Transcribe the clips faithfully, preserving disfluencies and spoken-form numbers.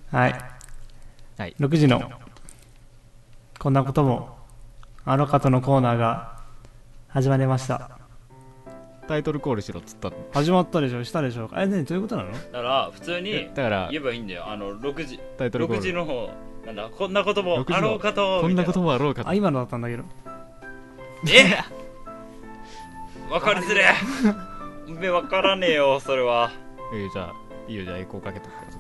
はい、はい、ろくじのこんなこともあの方のコーナーが始まりました。 タイトルコールしろっつったの。 始まったでしょ、したでしょ。え、ね、どういうことなの？ だから普通に言えばいいんだよ。あのろくじタイトルコールろくじの方なんだ、こんなこともあろうかと、 こんなこともあろうかと。 あ、今のだったんだけど。 えわかりづれめわからねえよそれは。 えー、じゃあいいよ、じゃあエコーかけとくから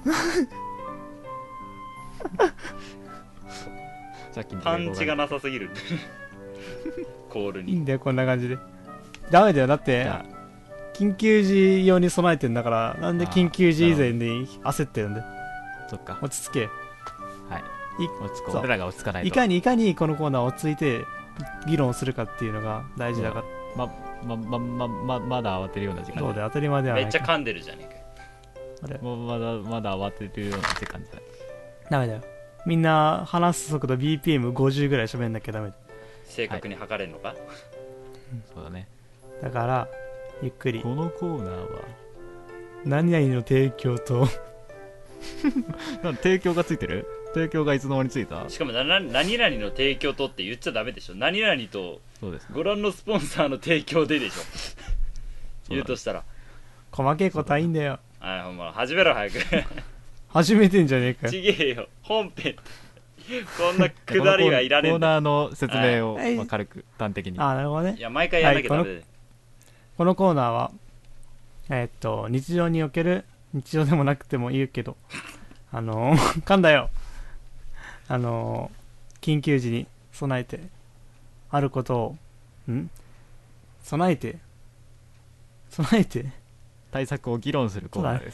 さっきのパンチがなさすぎるコールに。 いいんだよこんな感じで。ダメだよ、だって緊急時用に備えてんだから。なんで緊急時以前に焦ってるんで。 そっか、 落ち着け。 はい、落ち着こう。俺らが落ち着かないと。 いかにいかにこのコーナーを落ち着いて議論するかっていうのが大事だから。 ままままままだ慌てるような時間。 そうで当たり前ではない。 めっちゃ噛んでるじゃねえか。 あれもうまだまだ慌ててるような時間じゃない。 ダメだよ、みんな話す速度 ビーピーエムごじゅう ぐらい喋んなきゃダメだ。 正確に測れるのか、はい、 そうだね。 だからゆっくり。 このコーナーは何々の提供となん提供がついてる。提供がいつの間についた。 しかもなな何々の提供とって言っちゃダメでしょ。何々とそうです、ね、 ご覧のスポンサーの提供ででしょ言うとしたら細けいことはいいんだよ。 あ、ほんま始めろ早く始めてんじゃねえかよ。 ちげえよ本編こんなくだりはいらねえんだ。 コーナーの説明を、まあ、軽く端的に。 あ、なるほどね。 いや毎回やんなきゃダメで、はい、こ, このコーナーはえー、っと日常における、日常でもなくてもいいけどあのー、噛んだよ。あのー、緊急時に備えてあることをん備えて備えて対策を議論するコーナーです。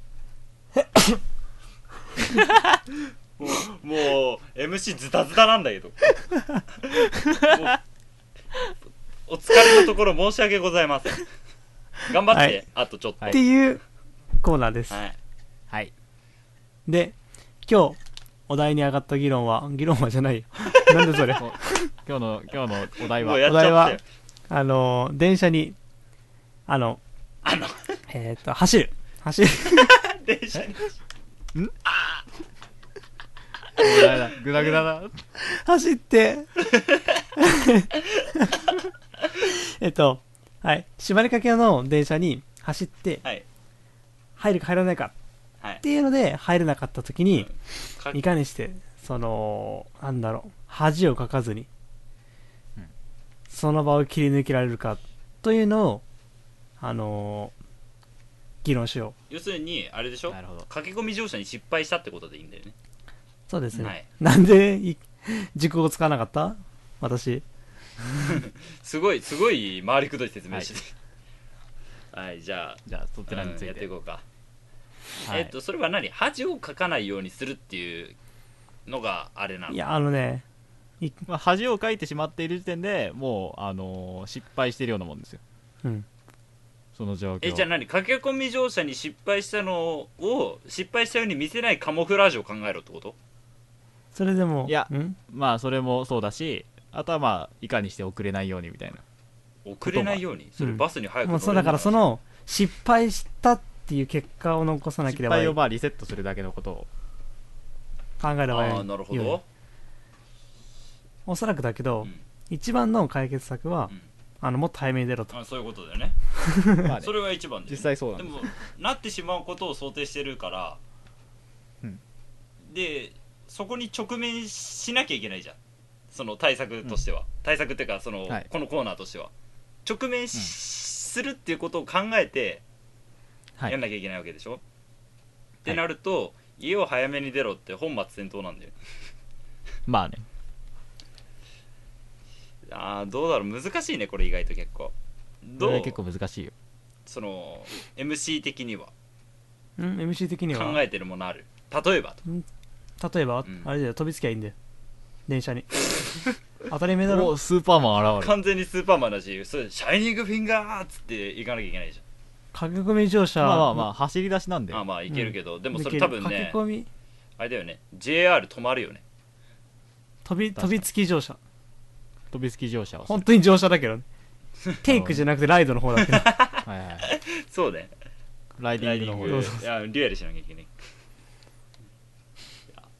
もう、もう エムシー ズタズタなんだけどお疲れのところ申し訳ございません。頑張って、はい、あとちょっとっていうコーナーです。 はい、 はい、 で今日お題に上がった議論は議論はじゃないよなんでそれ今日の今日のお題はお題はあの電車にあのあのえっ、ー、と走る走る電車にんああグダグダだ走ってえっとはい閉まりかけの電車に走って、はい、入るか入らないかっていうので入れなかった時に、うん、いかにしてそのなんだろう恥をかかずに、うん、その場を切り抜けられるかというのをあのー、議論しよう。要するにあれでしょ、駆け込み乗車に失敗したってことでいいんだよね。 そうですね、はい、なんで時刻を使わなかった私すごいすごい回りくどい説明して、はい、はい、じゃあじゃあそちらについて、 うん、やっていこうか。 はい、 えっとそれは何、恥をかかないようにするっていうのがあれなの？ いやあのね、 まあ、恥をかいてしまっている時点でもう、あのー、失敗しているようなもんですよ、 うん、 その状況。えじゃあ何、駆け込み乗車に失敗したのを失敗したように見せないカモフラージュを考えろってこと？ それでもいやまあそれもそうだし、あとはまあいかにして遅れないようにみたいな。 遅れないようにそれバスに早く乗れる、うん、 もうそうだからその失敗したっていう結果を残さなければいい。 失敗をまあリセットするだけのことを考えればいい。 ああなるほど。 おそらくだけど、うん、一番の解決策は、うん、あのもっと早めに出ろと。 あそういうことだよねまあねそれは一番で、ね、 実際そうなんでもなってしまうことを想定してるから、うん、でそこに直面しなきゃいけないじゃん、その対策としては、うん、対策っていうかその、はい、このコーナーとしては直面、うん、するっていうことを考えてやんなきゃいけないわけでしょ、はい、ってなると、家を早めに出ろって本末転倒なんだよまあね。 あーどうだろう、難しいねこれ意外と結構。どう？ 結構難しいよ。 その エムシー 的にはん エムシー 的には考えてるものある？例えばと例えば、うん、あれだよ、飛びつきゃいいんだよ電車に当たり前だろ。 スーパーマン現れる。 完全にスーパーマンだし、それシャイニングフィンガーっつって行かなきゃいけないじゃん。 駆け込み乗車、 まあまあまあ走り出しなんで、 あまあいけるけど、うん、でもそれ多分ね駆け込みあれだよね、 ジェイアール 止まるよね。 飛び飛びつき乗車、 飛びつき乗車を本当に乗車だけど、ね、テイクじゃなくてライドの方だけどはいはい、はい、そうね、 ライディングの方で、 いやデュエルしなきゃいけない。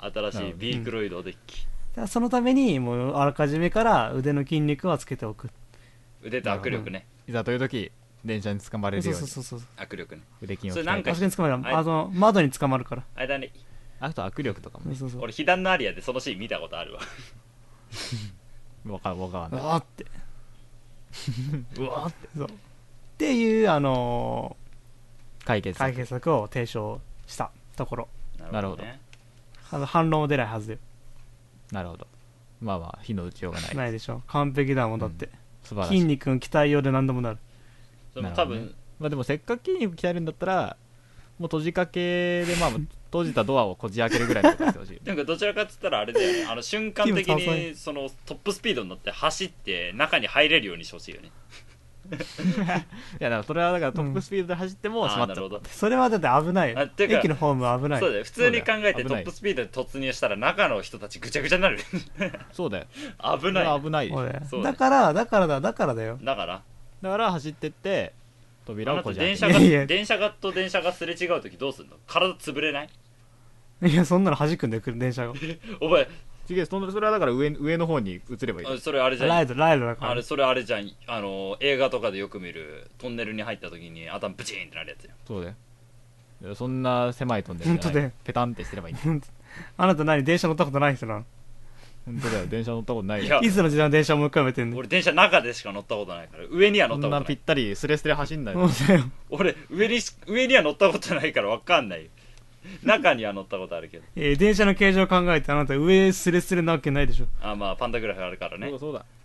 新しいビークロイドデッキ、 うん、そのためにもうあらかじめから腕の筋肉はつけておく。 腕と握力ね、 いざという時電車に捕まれるように。 そうそうそうそう、 握力ね、 腕筋をそれなんか確かに捕まる、あの窓に捕まるから。 あれだね、 あと握力とかも、ね、 そうそう、 俺被弾のアリアでそのシーン見たことあるわわかわかんない。 うわーってうわーってそうっていうあのー、解決解決策を提唱したところ。 なるほど、 ね、 あの反論も出ないはずよ。 なるほど。まあまあ火の打ちようがない。 ないでしょ、完璧だもんだって、うん、 素晴らしい。 筋肉の鍛えようで何でもなる。 でも多分、ね、 まあでもせっかく筋肉鍛えるんだったらもう閉じかけでまあ閉じたドアをこじ開けるぐらいのことしてほしい。 なんかどちらかっつったらあれだよね、あの瞬間的にそのトップスピードに乗って走って中に入れるようにしてほしいよねいやだからそれはだからトップスピードで走っても閉まっちゃう、 うん、それはだって危ないよ。駅のホームは危ない。 そうだよ、普通に考えてトップスピードで突入したら中の人たちぐちゃぐちゃになるそうだよ、 危ない危ないでしょ。だからだからだだからだよ。 だからだから走ってって扉をこじ開ける。電車が電車がと電車がすれ違う時どうすんの？体潰れない？ いやそんなの弾くんだよ電車がお前違う、それはだから 上, 上の方に移ればいい。 あそれあれじゃん、 ライドライドだから。 あれそれあれじゃん、あの映画とかでよく見るトンネルに入った時に頭ブチーンってなるやつよ。 そうだよ、いやそんな狭いトンネルじゃない、ペタンってすればいい。 あなた何電車乗ったことない人なの？ 本当だよ、電車乗ったことないよ。いつの時代の電車をもう一回見てんの？ 俺電車中でしか乗ったことないから上には乗ったことない。 そんなぴったりスレスレ走んないよ。 俺上に上には乗ったことないから分かんないよ。中には乗ったことあるけど、 えー、電車の形状考えてあなた上スレスレなわけないでしょ。 あまあパンタグラフあるからね。 そうだそうだ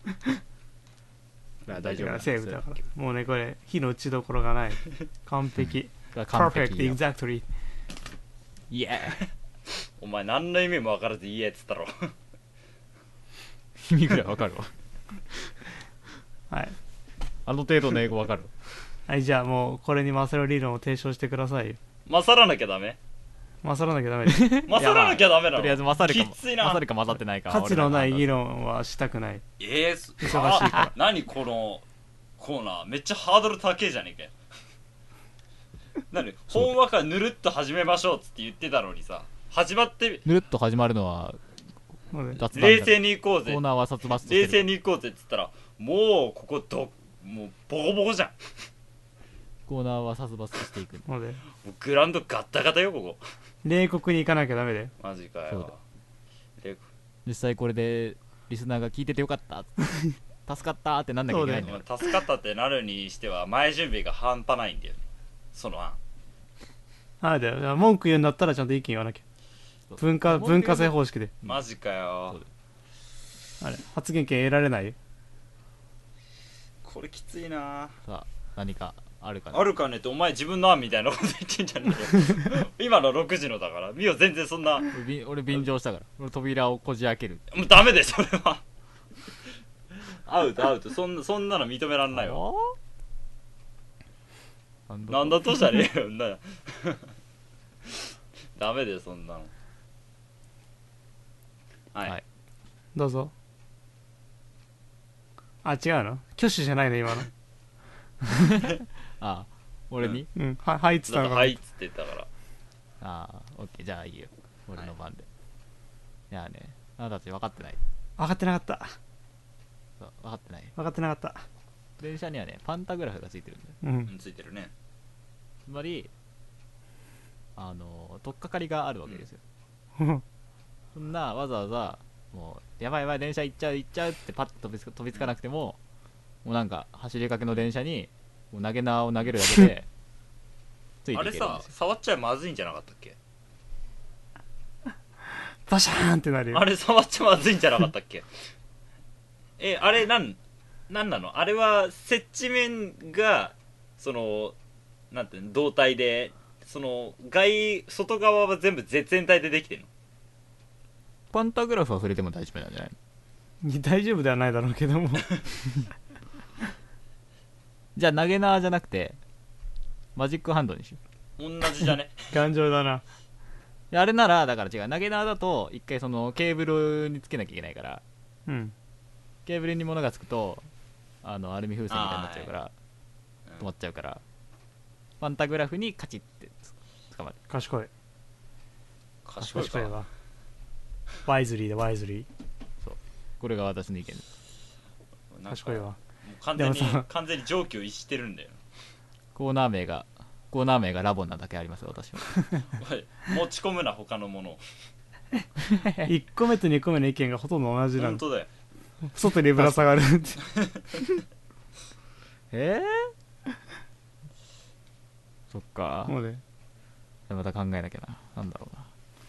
まあ大丈夫だ、 セーフだから。もうねこれ火の打ちどころがない。完璧完璧 exactly イエーお前何の意味も分からずいいやつったろ意味ぐらい分かるわはい、 あの程度の英語分かる。 はい、じゃあもうこれに勝る理論を提唱してくださいよ。 勝らなきゃダメ？ 勝らなきゃダメです勝らなきゃダメなの？ とりあえず勝るかきついな。 勝るか混ざってないか価値のない議論はしたくない。 えー、忙しいから何このコーナーめっちゃハードル高えじゃねえかよ何ほんわかぬるっと始めましょうっつって言ってたのにさ、始まってぬるっと始まるのは冷静に行こうぜ、 コーナーは殺伐としてる冷静に行こうぜっつったらもうここどもうボコボコじゃん。 コーナーは殺伐としていく。 もうねグラウンドガッタガタよここ。 冷酷に行かなきゃダメだよ。 マジかよ。 実際これでリスナーが聞いててよかった助かったってなんなきゃいけないんだよ。 助かったってなるにしては前準備が半端ないんだよね、その案。 あれだよ、文句言うんだったらちゃんと意見言わなきゃ。文化文化制方式で。 マジかよ。 あれ発言権得られないよ。 これきついな。 さあ何かあるかね。 あるかねってお前自分の案みたいなこと言ってんじゃねえよ今のろくじのだからミオ全然そんな。 俺, 俺便乗したから俺扉をこじ開ける。 もうダメだよそれはアウトアウト、そんなそんなの認めらんないわ。なんだとじゃねえよんなダメだよそんなの。はい、はい、 どうぞ。あ違うの挙手じゃないの今のああ俺にうん、うん、ははいっつったのか。 はいっつって言ったから。 ああオッケー、じゃあいいよ俺の番で、はい、いやねあなたたち分かってない。 分かってなかった。 そう分かってない。 分かってなかった。 電車にはねパンタグラフがついてるんだよ。 うん、ついてるね。 つまりあの取っかかりがあるわけですよ、 うん、 そんなわざわざもうやばいやばい電車行っちゃう行っちゃうってパッと飛びつ飛びつかなくても、もうなんか走りかけの電車にもう投げ縄を投げるだけでついていけるんですよ。 あれさ触っちゃまずいんじゃなかったっけ？ バシャーンってなるよ。 あれ触っちゃまずいんじゃなかったっけえあれなんなんなのあれは接地面がそのなんていうの胴体でその外外側は全部絶縁体でできてるの？ パンタグラフは触れても大丈夫なんじゃないの？ 大丈夫ではないだろうけどもじゃあ投げ縄じゃなくてマジックハンドにしよう。同じじゃね頑丈だな。 あれならだから違う、投げ縄だと一回そのケーブルにつけなきゃいけないから、 うん、 ケーブルに物がつくとあのアルミ風船みたいになっちゃうから、はい、止まっちゃうから、パンタグラフにカチッてつかまる。 賢い賢いか。 わ。 ワイズリーでワイズリー。 そうこれが私の意見です。 賢いわ。もう完全に完全に常軌を逸してるんだよ。 コーナー名がコーナー名がラボなだけありますよ私は。 持ち込むな他のものを。 いっこめとにこめの意見がほとんど同じなの。 本当だよ。 外にぶら下がるってえー、そっか。 もうね、 また考えなきゃな。なんだろう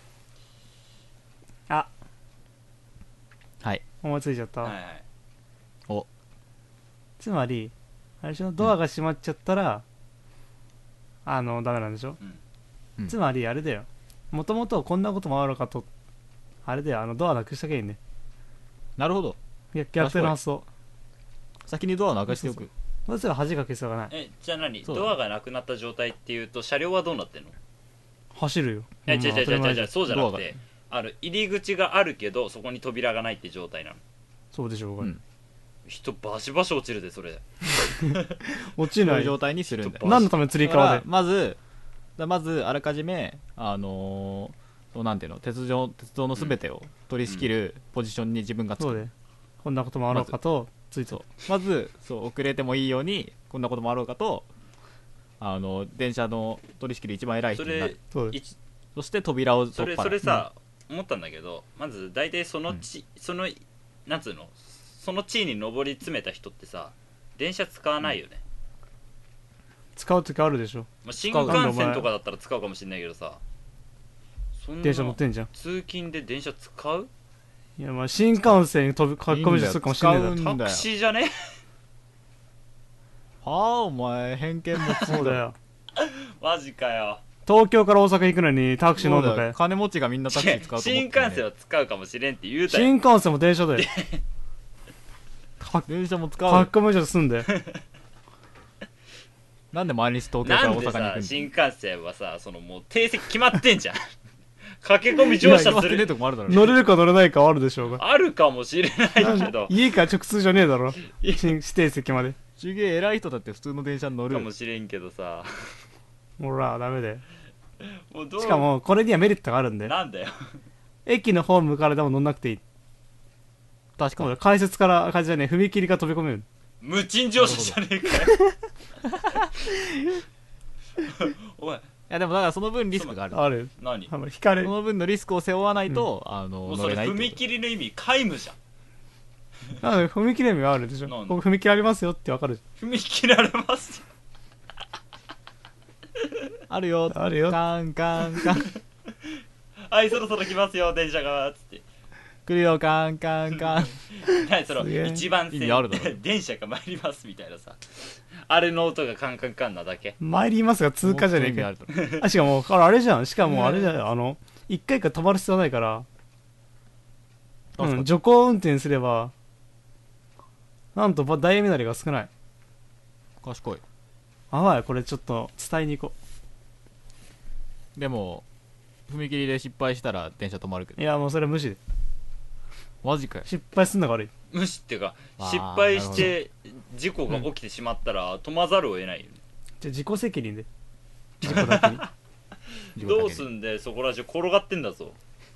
なあ。 はい思いついちゃった、はいはい、 おつまりあれでしょ、ドアが閉まっちゃったら、うん、あのダメなんでしょ、うん、つまりあれだよ、もともとこんなこともあるかと、あれだよ、あのドアなくしとけばいいね。 なるほど。 逆手の発想。 先にドアなくしておく。 そうすれば恥かく必要がない。 え、じゃあ何、ドアがなくなった状態っていうと車両はどうなってんの？ 走るよ。 え、違う違う違う違う、そうじゃなくて、ある入り口があるけどそこに扉がないって状態なの。 そうでしょうが、うん、 人バシバシ落ちるでそれ。 落ちない状態にするんだよ。 何のためつり革で。 まずまずあらかじめあのー、なんていうの、鉄道鉄道のすべてを取り仕切るポジションに自分がつく、うんうん、そうでこんなこともあろうかと、 ついてまずそう遅れてもいいようにこんなこともあろうかと、あの電車の取り仕切る一番偉い人になる。それそして扉を取っ払う。それそれさ、うん、思ったんだけど、まず大体その地、うん、そのなんつうの、その地位に上り詰めた人ってさ、電車使わないよね、うん、 使う時あるでしょ。 まあ、新幹線とかだったら使うかもしれないけどさ、 そんな電車乗ってんじゃん。 通勤で電車使う？ いや、まあ新幹線飛び書き込みするかもしれないだろ。 タクシーじゃね？ はあ、お前偏見もそうだよ。 マジかよ。 東京から大阪行くのにタクシー乗るのかよ。 金持ちがみんなタクシー使うと思って、ね、 新幹線は使うかもしれんって言うたよ。 新幹線も電車だよ。 電車も使う。 書き込み所すんだよ。 なんで毎日東京から大阪に行くんだ。 なんでさ、新幹線はさ、そのもう定席決まってんじゃん。駆け込み乗車する。 乗れるか乗れないかはあるでしょうが。 あるかもしれないけど。 家から直通じゃねえだろ。指定席まで。 すげえ偉い人だって普通の電車に乗るかもしれんけどさ。 ほらダメだよ。もうどうしかもこれにはメリットがあるんで。 なんだよ。 駅のホームからでも乗んなくていい。確かに。改札から感じじゃねえ、踏切が飛び込める。 無賃乗車じゃねえかよ。お前。 いやでもだからその分リスクがある。 ある。 何？ 引かれる。 その分のリスクを背負わないと、うん、あのもうそれ踏切の意味皆無じゃん。 なので踏切の意味はあるでしょ。ここ踏切ありますよってわかる。 踏切ありますよ。 あるよ。 あるよ。 カンカンカン。 はいそろそろ来ますよ電車がつって。 来るよカンカンカン。 何その一番線電車が参りますみたいなさ。あれの音がカンカンカンなだけ。 参りますが通過じゃねえか。あ、しかもあれじゃん。しかもあれじゃん。あの一回から止まる必要ないから。うん、徐行運転すればなんとダイヤメダルが少ない。 賢い。 あわい、これちょっと伝えに行こう。でも踏切で失敗したら電車止まるけど。 いやもうそれは無視で。 マジかよ。 失敗すんのが悪い。 無視っていうか失敗して事故が起きてしまったら止まざるを得ないよね、うん、 じゃあ自己責任で事故だけにどうすんでそこら中転がってんだぞ。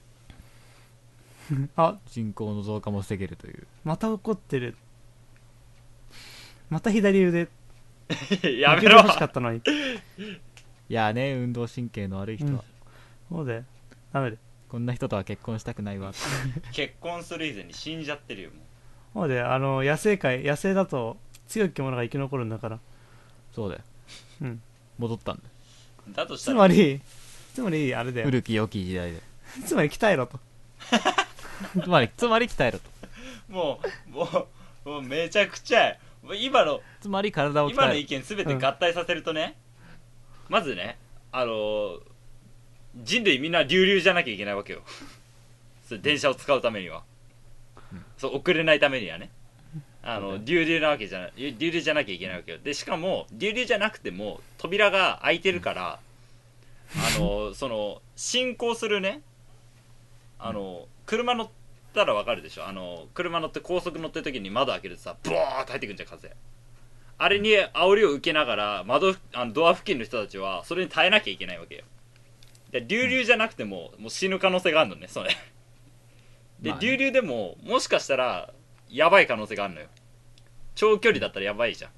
あ、人口の増加も防げるという。 また怒ってる。また左腕やめろ。 欲しかったのに。 いやね、運動神経の悪い人は、うん、 そうだよ。ダメでこんな人とは結婚したくないわ。 結婚する以前に死んじゃってるよもう。 そうで、あの野生界、野生だと強い獣が生き残るんだから。 そうだよ。うん。戻ったんだよ。 だとしたらつまりつまりあれだよ。 古き良き時代で。 つまり鍛えろと。 つまりつまり鍛えろと。 もうもうもうめちゃくちゃ今のつまり体を鍛えろ。 今の意見すべて合体させるとね、うん、まずね、あのー、人類みんな流々じゃなきゃいけないわけよ。それ電車を使うためには。そう遅れないためにはね、あの流々なわけじゃない、流々じゃなきゃいけないわけよ。でしかも流々じゃなくても扉が開いてるから、あのその進行するね、あの車乗ったらわかるでしょ。あの車乗って高速乗ってる時に窓開けるとさ、ブワーって入ってくるんじゃん風。あれに煽りを受けながら窓あのドア付近の人たちはそれに耐えなきゃいけないわけよ。で流々じゃなくてももう死ぬ可能性があるのねそれ。 で、流々でももしかしたらやばい可能性があるのよ。長距離だったらやばいじゃん。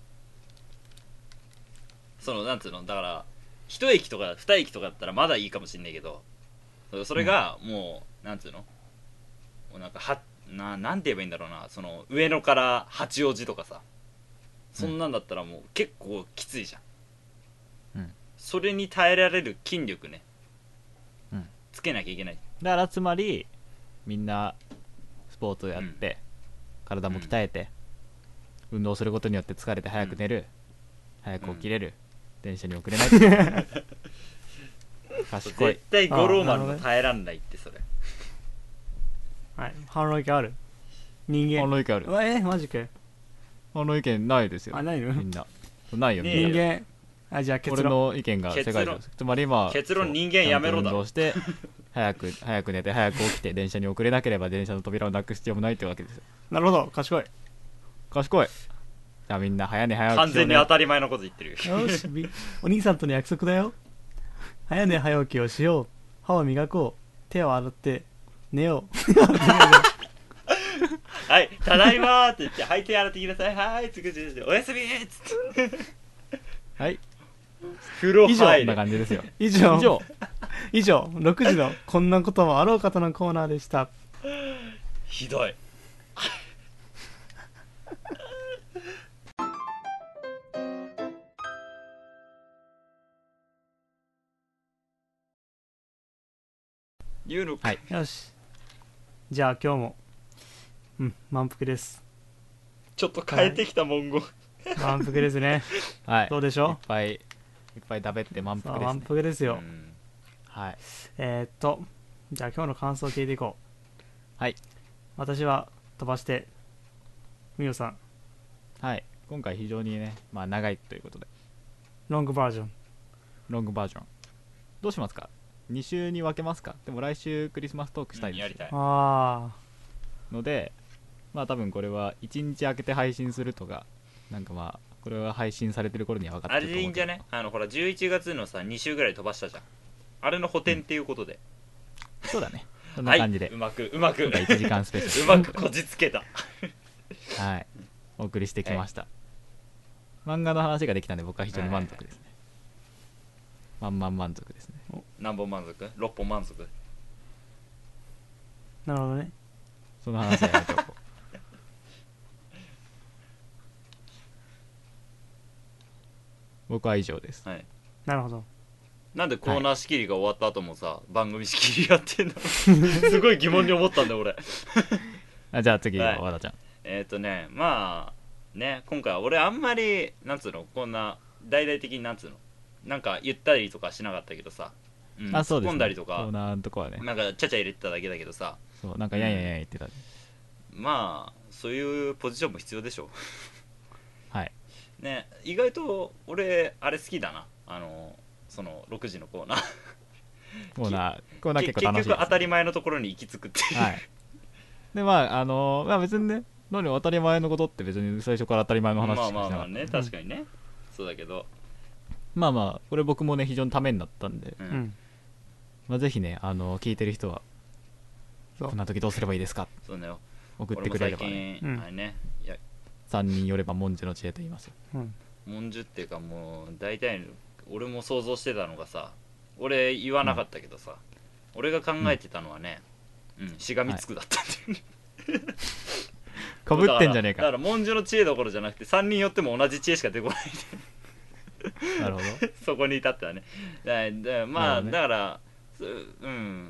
そのなんつうの、だから一駅とか二駅とかだったらまだいいかもしんないけど、それがもう、なんつうの、もうなんかはななんて言えばいいんだろうな、その上野から八王子とかさ、そんなんだったらもう結構きついじゃん、うん、それに耐えられる筋力ね、うん、つけなきゃいけない。 だからつまりみんなスポーツをやって、うん、体も鍛えて、うん、運動することによって疲れて早く寝る、うん、早く起きれる、うん、電車に遅れない賢い。絶対五郎丸も耐えらんないってそれ。 はい、反論意見ある？人間反論意見ある。 えマジかよ。 反論意見ないですよ。 あ、ないの？ みんなないよ。 人間。あ、じゃあ結論。 俺の意見が世界です。つまり今結論人間やめろだ。 運動して早く早く寝て早く起きて電車に遅れなければ電車の扉をなくす必要もないってわけですよ。 なるほど、賢い。 賢い。じゃあみんな早寝早起き、ね。 完全に当たり前のこと言ってるよ。 よし、お兄さんとの約束だよ。早寝早起きをしよう。歯を磨こう。手を洗って寝よう。 はい、ただいまーって言って、はい、手洗ってきなさい。はい、つくつくおやすみーっつって。 はい。 風呂入る。 以上な感じですよ。 以上。以上。以上、ろくじのこんなこともあろうかとのコーナーでした。 ひどい。言うのか。 はい。よし。じゃあ今日も、うん、満腹です。 ちょっと変えてきた文言。 満腹ですね。 はい。 どうでしょう？ いっぱいいっぱい食べて満腹です、ね。 満腹ですよ。 はい。 えー、っと、じゃあ今日の感想を聞いていこう。はい。 私は飛ばして、みおさん。 はい。今回非常にね、まあ長いということで。 ロングバージョン。 ロングバージョン。どうしますか？に週に分けますか？でも来週クリスマストークしたいです、 うん、やりたい。 あのでまあ多分これはいちにち空けて配信するとか、なんかまあこれは配信されてる頃には分かってると思うけど、 あれでいいんじゃね？あのほらじゅういちがつのさに週ぐらい飛ばしたじゃん。あれの補填っていうことで、 うん、そうだね、そんな感じで、 はい、うまくうまくいちじかんスペシャルうまくこじつけたはい、お送りしてきました。漫画の話ができたんで僕は非常に満足ですね。満々満足ですね。 何本満足？ろっぽん満足。 なるほどね。 その話はやめておこう。僕は以上です。 はい。 なるほど。 なんでコーナー仕切りが終わった後もさ、はい、番組仕切りやってんのすごい疑問に思ったんだよ俺あ、じゃあ次は和田ちゃん。 えっ、ー、とね、まあね、今回は俺あんまりなんつうの、こんな大々的になんつうの、なんか言ったりとかしなかったけどさ、 うん、あ、そうですね、 突っ込んだりとか、 コーナーのとこはね、 なんかちゃちゃ入れてただけだけどさ、 そうなんかやんやんやん言ってた、 うん、まあそういうポジションも必要でしょはいね。意外と俺あれ好きだな、あのそのろくじのコーナーコーナーコーナー結構楽しいです、ね、 結局当たり前のところに行き着くっていう、はい、 でまああのー、まあ別にね、何当たり前のことって別に最初から当たり前の話しかしなかった。 まあまあまあね、確かにね、うん、そうだけど、 まあまあこれ僕もね非常にためになったんで、 うん、 まあ、ぜひね、あの聞いてる人はこんな時どうすればいいですか、 そうね、 送ってくれればね、うん、あれね、いやさんにんよれば文殊の知恵と言いますよ、 うん、 文殊っていうかもう大体俺も想像してたのがさ、俺言わなかったけどさ、うん、俺が考えてたのはね、うん、しがみつくだったんだよね、 かぶってんじゃねえか。 だから文殊の知恵どころじゃなくてさんにんよっても同じ知恵しか出てこないなるほどそこに至ってはね、だだまあ、ね、だからうん、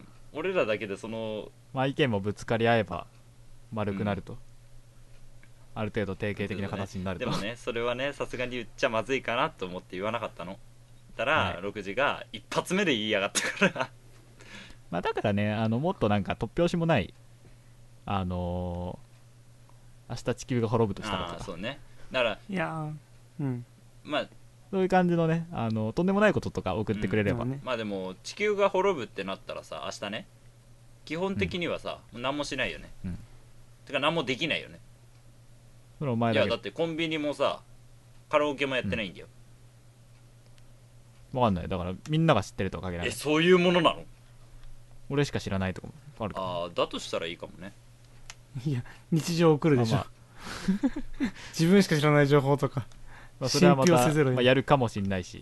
俺らだけでそのまあ意見もぶつかり合えば丸くなると、うん、ある程度定型的な形になると、 ね、でもねそれはねさすがに言っちゃまずいかなと思って言わなかったの。たら、はい、ろくじが一発目で言いやがったからまあだからね、あのもっとなんか突拍子もないあのー、明日地球が滅ぶとしたらとか、 あそうね、だからいやうんまあそういう感じのね、あのとんでもないこととか送ってくれれば、うんね、まあでも地球が滅ぶってなったらさ、明日ね基本的にはさ、うん、何もしないよね、うん、てか何もできないよね。 それお前だけ。 いやだってコンビニもさカラオケもやってないんだよ、 うん、分かんない。だからみんなが知ってるとは限らない。 えそういうものなの？ 俺しか知らないとこもあるから。 ああ、だとしたらいいかもね。 いや日常送るでしょ、まあまあ、自分しか知らない情報とか、 まあ、それはまた、まあ、やるかもしんないし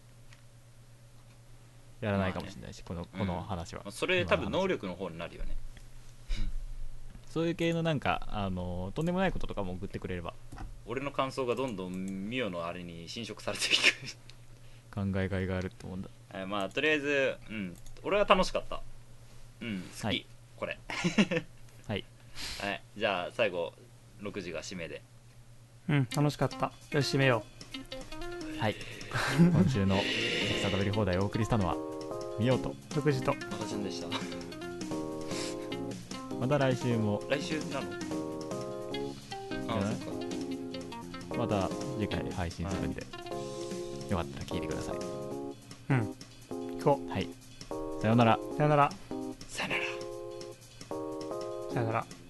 やらないかもしれないし、まあね、このこの話は、 うん、それ多分能力の方になるよね。 そういう系のなんかあのとんでもないこととかも送ってくれれば、 俺の感想がどんどんミオのあれに侵食されていく考えがいがあるって思うんだ。 はい、まあとりあえず、うん、俺は楽しかった。うん、好き、はい、これはい、 はい、じゃあ最後ろくじが締めで。 うん、楽しかった。よし締めよう。はい今週のエクサ食べり放題をお送りしたのはミオとろくじと私でした。 また来週も。 来週なの？ああ、そっか。また次回配信するんで、よかったら聞いてください。 うん。聞こう。はい。さようなら。 さよなら。 さよなら。 さよなら。